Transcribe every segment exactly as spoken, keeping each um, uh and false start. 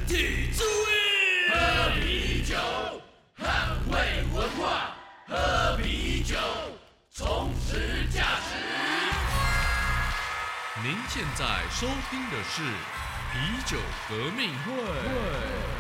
体注意，喝啤酒，捍卫文化，喝啤酒，充实价值。您现在收听的是啤酒革命会。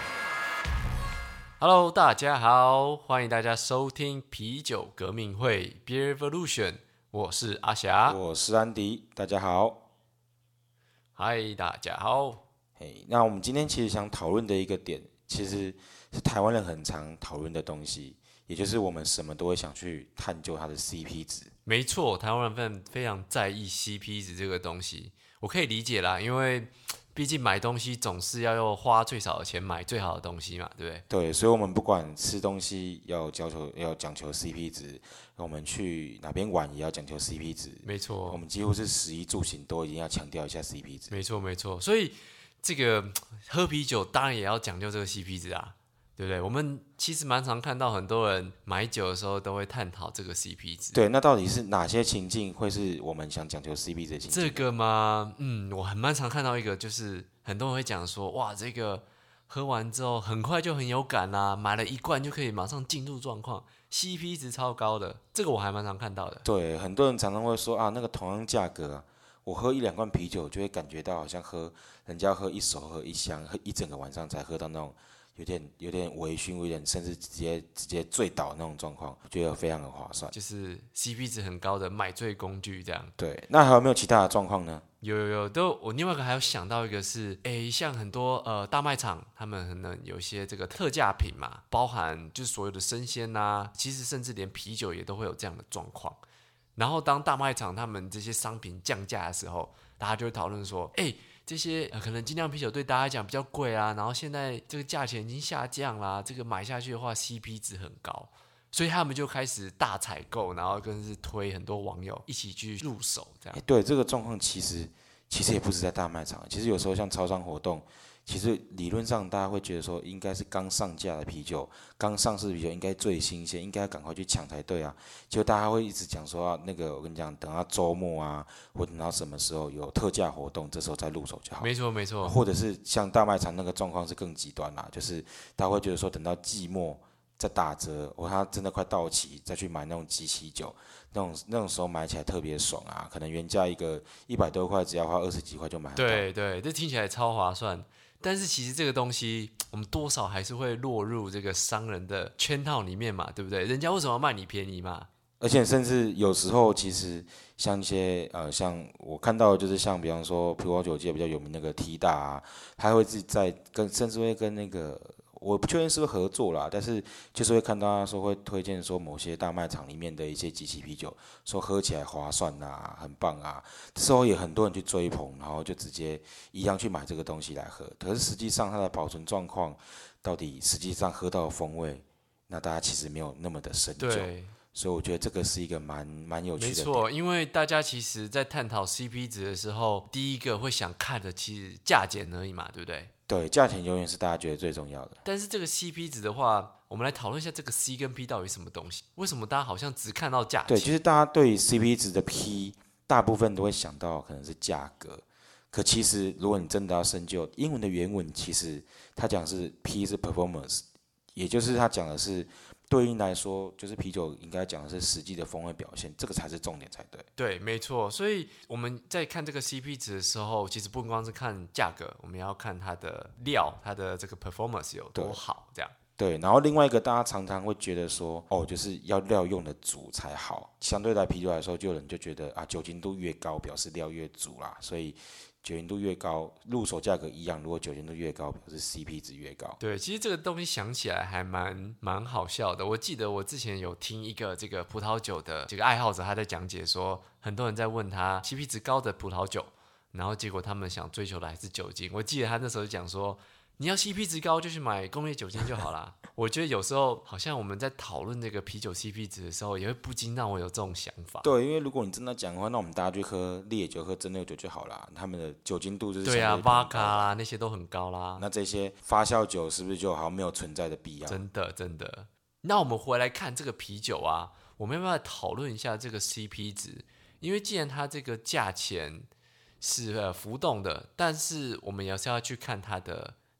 Hello， 大家好，欢迎大家收听啤酒革命会 Beer Revolution， 我是阿霞， 我是安迪，大家好。 嗨，大家好。 嘿，那我们今天其实想讨论的一个点，其实是台湾人很常讨论的东西，也就是我们什么都会想去探究它的 C P 值。 没错，台湾人非常在意 C P 值这个东西，我可以理解啦，因为毕竟买东西总是要用花最少的钱买最好的东西嘛，对不对？ 对，所以我们不管吃东西要要求要讲求 C P 值，我们去哪边玩也要讲求 C P 值。 没错， 我们几乎是食衣住行都一定要强调一下 C P 值。 没错，没错。所以这个喝啤酒当然也要讲究这个 C P 值啊。对不对？我们其实蛮常看到很多人买酒的时候都会探讨这个 C P 值。 对，那到底是哪些情境会是我们想讲究 C P 值的情境？ 这个吗？嗯，我很蛮常看到一个，就是很多人会讲说，哇，这个喝完之后很快就很有感啦、啊，买了一罐就可以马上进入状况 ，C P 值超高的，这个我还蛮常看到的。 对，很多人常常会说啊，那个同样价格啊，我喝一两罐啤酒就会感觉到好像喝人家喝一手喝一箱，喝一整个晚上才喝到那种。有点有点微醺，有点甚至直接直接醉倒那种状况，我觉得非常的划算， 就是 C P 值很高的买醉工具这样。 对，那还有没有其他的状况呢？ 有有有，都我另外一个还有想到一个是，诶，像很多呃大卖场，他们可能有一些这个特价品嘛，包含就是所有的生鲜呐、其实甚至连啤酒也都会有这样的状况。然后当大卖场他们这些商品降价的时候，大家就会讨论说，诶。这些、呃、可能精酿啤酒对大家来讲比较贵啊，然后现在这个价钱已经下降啦，这个买下去的话 C P 值很高，所以他们就开始大采购，然后更是推很多网友一起去入手这样。 对，这个状况其实其实也不是在大卖场，其实有时候像超商活动，其实理论上大家会觉得说应该是刚上架的啤酒，刚上市的啤酒应该最新鲜，应该赶快去抢才对啊。结果大家会一直讲说啊，那个我跟你讲，等到周末啊，或等到什么时候有特价活动，这时候再入手就好。 没错没错， 或者是像大卖场那个状况是更极端啦，就是大家会觉得说等到季末再打折，或它真的快到期再去买那种即期酒，那种那种时候买起来特别爽啊，可能原价一个一百多块，只要花二十几块就买得到。 对对，这听起来超划算。但是其实这个东西，我们多少还是会落入这个商人的圈套里面嘛，对不对？人家为什么要卖你便宜嘛？ 而且甚至有时候，其实像一些呃，像我看到的就是像比方说葡萄酒界比较有名那个 T 大啊，他会自己在跟，甚至会跟那个我不确定是不是合作啦，但是就是会看到他说会推荐说某些大卖场里面的一些即期啤酒，说喝起来划算啊，很棒啊，这时候也很多人去追捧，然后就直接一样去买这个东西来喝。可是实际上它的保存状况，到底实际上喝到的风味，那大家其实没有那么的深究。 对。 所以我觉得这个是一个蛮蛮有趣的点。 没错，因为大家其实在探讨 C P 值的时候，第一个会想看的其实价钱而已嘛，对不对？ 对，价钱永远是大家觉得最重要的。 但是这个 C P 值的话，我们来讨论一下这个 C 跟 P 到底什么东西？为什么大家好像只看到价钱？ 对，其实大家对于 C P 值的 P， 大部分都会想到可能是价格。可其实如果你真的要深究，英文的原文其实它讲是 P 是 performance， 也就是它讲的是。对应来说，就是啤酒应该讲的是实际的风味表现，这个才是重点才对。 对，没错。所以我们在看这个 C P 值的时候，其实不光是看价格，我们要看它的料，它的这个 performance 有多好，这样。 对，然后另外一个大家常常会觉得说，哦，就是要料用的足才好。相对来啤酒来说，就有人就觉得啊，酒精度越高，表示料越足啦，所以。酒精度越高，入手价格一样。如果酒精度越高，表示 C P 值越高。 对，其实这个东西想起来还蛮蛮好笑的。我记得我之前有听一个这个葡萄酒的这个爱好者，他在讲解说，很多人在问他 C P 值高的葡萄酒，然后结果他们想追求的还是酒精。我记得他那时候讲说，你要 C P 值高就去买工业酒精就好啦。我觉得有时候好像我们在讨论这个啤酒 C P 值的时候，也会不禁让我有这种想法。 对，因为如果你真的讲的话，那我们大家去喝烈酒、喝蒸馏酒就好啦，他们的酒精度就是对啊 ，Vodka 啦那些都很高啦。 那这些发酵酒是不是就好像没有存在的必要？ 真的真的。那我们回来看这个啤酒啊，我们要不要讨论一下这个 C P 值？因为既然它这个价钱是呃浮动的，但是我们也是要去看它的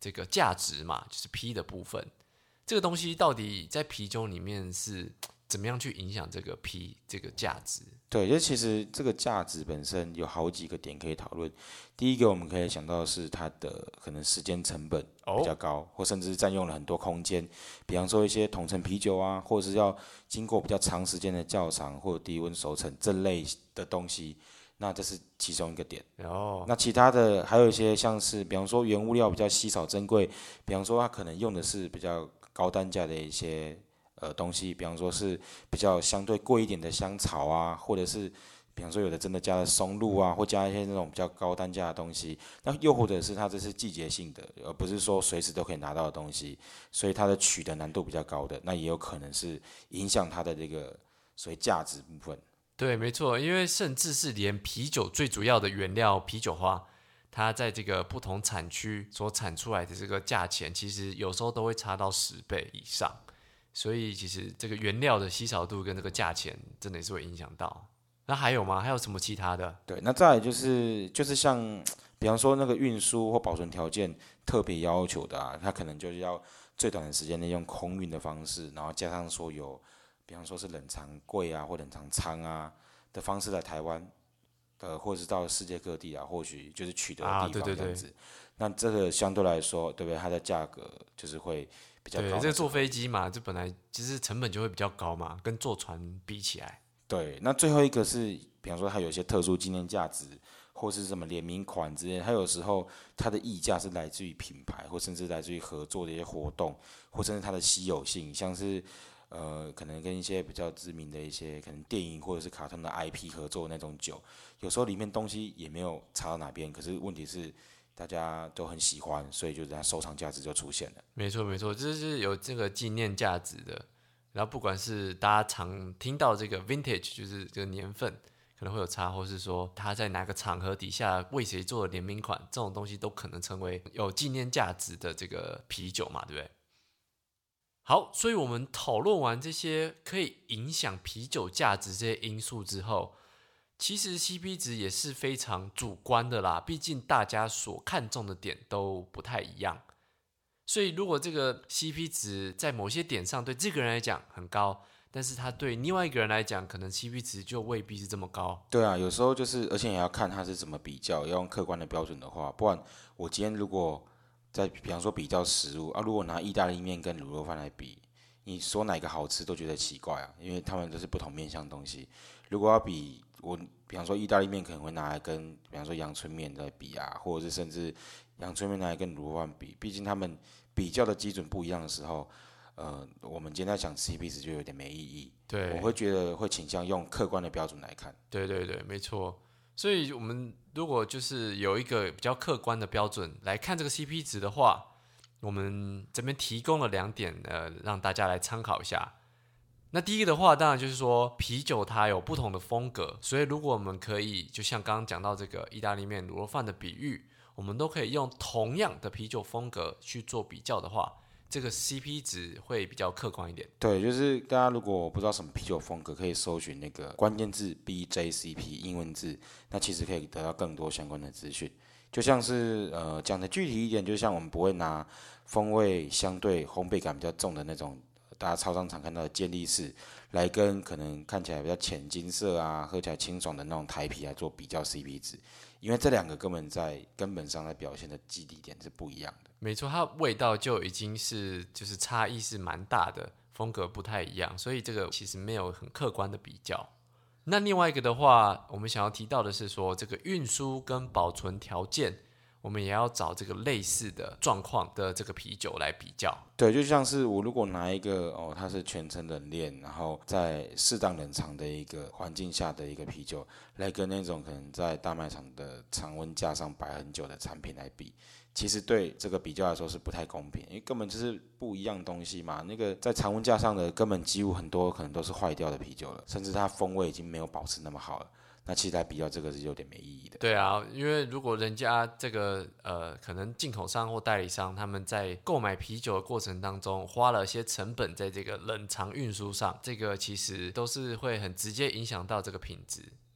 这个价值嘛，就是 P 的部分。这个东西到底在啤酒里面是怎么样去影响这个 P 这个价值？ 对，就其实这个价值本身有好几个点可以讨论。第一个，我们可以想到的是它的可能时间成本比较高， oh. 或甚至占用了很多空间。比方说一些桶陈啤酒啊，或者是要经过比较长时间的窖藏或者低温熟成这类的东西，那这是其中一个点。 Oh. 那其他的还有一些像是，比方说原物料比较稀少珍贵，比方说它可能用的是比较高单价的一些。呃，东西，比方说是比较相对贵一点的香草啊，或者是比方说有的真的加了松露啊，或加一些那种比较高单价的东西，那又或者是它这是季节性的，而不是说随时都可以拿到的东西，所以它的取得难度比较高的，那也有可能是影响它的这个所谓价值部分。 对，没错，因为甚至是连啤酒最主要的原料啤酒花，它在这个不同产区所产出来的这个价钱，其实有时候都会差到十倍以上。所以其实这个原料的稀少度跟这个价钱真的也是会影响到。那还有吗？还有什么其他的？ 对，那再来就是就是像比方说那个运输或保存条件特别要求的啊，它可能就是要最短的时间内用空运的方式，然后加上说有比方说是冷藏柜啊或冷藏仓啊的方式来台湾，呃，或者是到世界各地啊，或许就是取得的地方这样子。啊，对对对。那这个相对来说，对不对？它的价格就是会比较高。 对，这个坐飞机嘛，这本来其实成本就会比较高嘛，跟坐船比起来。 对，那最后一个是，比方说它有一些特殊纪念价值，或是什么联名款之类的，它有时候它的溢价是来自于品牌，或甚至来自于合作的一些活动，或甚至它的稀有性，像是呃，可能跟一些比较知名的一些可能电影或者是卡通的 I P 合作的那种酒，有时候里面东西也没有差到哪边，可是问题是。大家都很喜欢，所以就是它收藏价值就出现了。 没错没错，这是有这个纪念价值的。然后不管是大家常听到这个 vintage， 就是这个年份可能会有差，或是说它在哪个场合底下为谁做的联名款，这种东西都可能成为有纪念价值的这个啤酒嘛，对不对？好，所以我们讨论完这些可以影响啤酒价值这些因素之后，其实 C P 值也是非常主观的啦，毕竟大家所看重的点都不太一样。所以如果这个 C P 值在某些点上对这个人来讲很高，但是他对另外一个人来讲，可能 C P 值就未必是这么高。 对啊，有时候就是，而且也要看他是怎么比较，要用客观的标准的话，不然我今天如果在比方说比较食物啊，如果拿意大利面跟卤肉饭来比，你说哪个好吃都觉得奇怪啊，因为他们都是不同面向的东西。如果要比我，比方说意大利面可能会拿来跟，比方说阳春面来比啊，或者是甚至阳春面拿来跟卤肉饭比，毕竟他们比较的基准不一样的时候，呃，我们今天在讲 C P 值就有点没意义。 对， 我会觉得会倾向用客观的标准来看。 对对对，没错。所以我们如果就是有一个比较客观的标准来看这个 C P 值的话，我们这边提供了两点，呃，让大家来参考一下。那第一个的话，当然就是说啤酒它有不同的风格，所以如果我们可以，就像刚刚讲到这个意大利面、卤肉饭的比喻，我们都可以用同样的啤酒风格去做比较的话，这个 C P 值会比较客观一点。 对，就是大家如果不知道什么啤酒风格，可以搜寻那个关键字 B J C P 英文字，那其实可以得到更多相关的资讯。就像是呃讲的具体一点，就像我们不会拿风味相对烘焙感比较重的那种。大家超商常看到的健力士，来跟可能看起来比较浅金色啊，喝起来清爽的那种台啤来做比较 C P 值，因为这两个根本在根本上来表现的基底点是不一样的。 没错，它味道就已经是就是差异是蛮大的，风格不太一样，所以这个其实没有很客观的比较。那另外一个的话，我们想要提到的是说，这个运输跟保存条件。我们也要找这个类似的状况的这个啤酒来比较。 对，就像是我如果拿一个哦，它是全程冷链，然后在适当冷藏的一个环境下的一个啤酒，来跟那种可能在大卖场的常温架上摆很久的产品来比，其实对这个比较来说是不太公平，因为根本就是不一样东西嘛。那个在常温架上的根本几乎很多可能都是坏掉的啤酒了，甚至它风味已经没有保持那么好了。那其实来比较这个是有点没意义的。 对啊，因为如果人家这个呃，可能进口商或代理商他们在购买啤酒的过程当中花了些成本在这个冷藏运输上，这个其实都是会很直接影响到这个品质。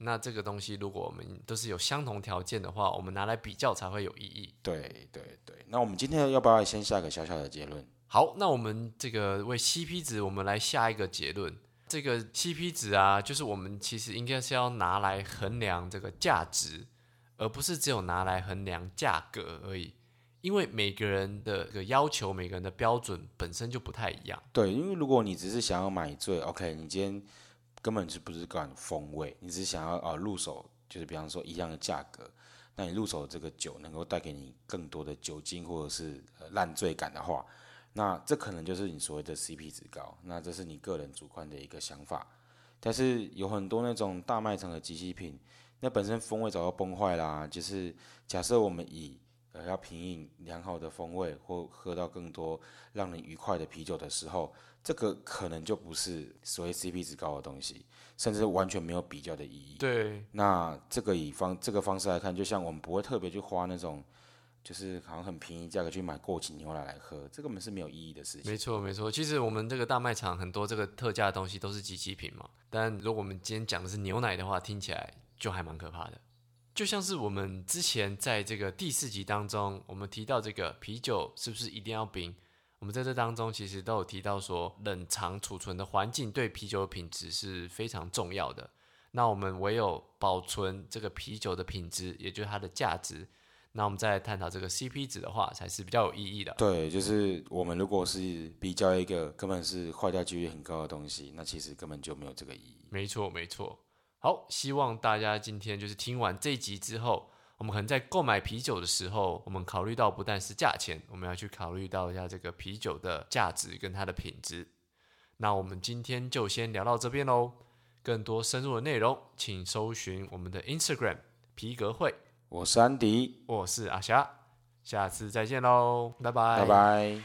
那这个东西如果我们都是有相同条件的话，我们拿来比较才会有意义。 对对对，那我们今天要不要先下个小小的结论？ 好，那我们这个为 C P 值，我们来下一个结论。这个 C P 值啊，就是我们其实应该是要拿来衡量这个价值，而不是只有拿来衡量价格而已。因为每个人的这个要求，每个人的标准本身就不太一样。 对，因为如果你只是想要买醉 ，OK， 你今天根本就不是管风味，你只是想要啊入手，就是比方说一样的价格，那你入手这个酒能够带给你更多的酒精或者是呃烂醉感的话，那这可能就是你所谓的 C P 值高，那这是你个人主观的一个想法。但是有很多那种大卖场的即期品，那本身风味早就崩坏啦。就是假设我们以呃要品饮良好的风味或喝到更多让人愉快的啤酒的时候，这个可能就不是所谓 C P 值高的东西，甚至完全没有比较的意义。 对， 那这个以方这个方式来看，就像我们不会特别去花那种。就是好像很便宜价格去买过期牛奶来喝，这根本是没有意义的事情。 没错没错，其实我们这个大卖场很多这个特价的东西都是即期品嘛，但如果我们今天讲的是牛奶的话，听起来就还蛮可怕的。就像是我们之前在这个第四集当中，我们提到这个啤酒是不是一定要冰？我们在这当中其实都有提到说，冷藏储存的环境对啤酒的品质是非常重要的。那我们唯有保存这个啤酒的品质，也就是它的价值。那我们再来探讨这个 C P 值的话，才是比较有意义的。 对，就是我们如果是比较一个根本是坏掉几率很高的东西，那其实根本就没有这个意义。 没错，没错。好，希望大家今天就是听完这一集之后，我们可能在购买啤酒的时候，我们考虑到不但是价钱，我们要去考虑到一下这个啤酒的价值跟它的品质。那我们今天就先聊到这边喽。更多深入的内容，请搜寻我们的 Instagram 皮革会。 我是安迪， 我是阿霞，下次再见喽，拜拜， 拜拜。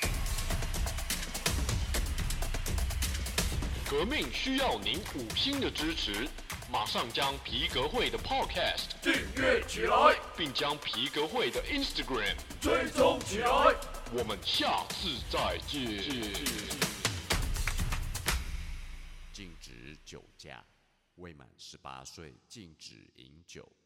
革命需要您五星的支持，马上将皮革会的 Podcast 订阅起来，并将皮革会的 Instagram 追踪起来。我们下次再见。 禁止酒驾，未满十八岁禁止饮酒。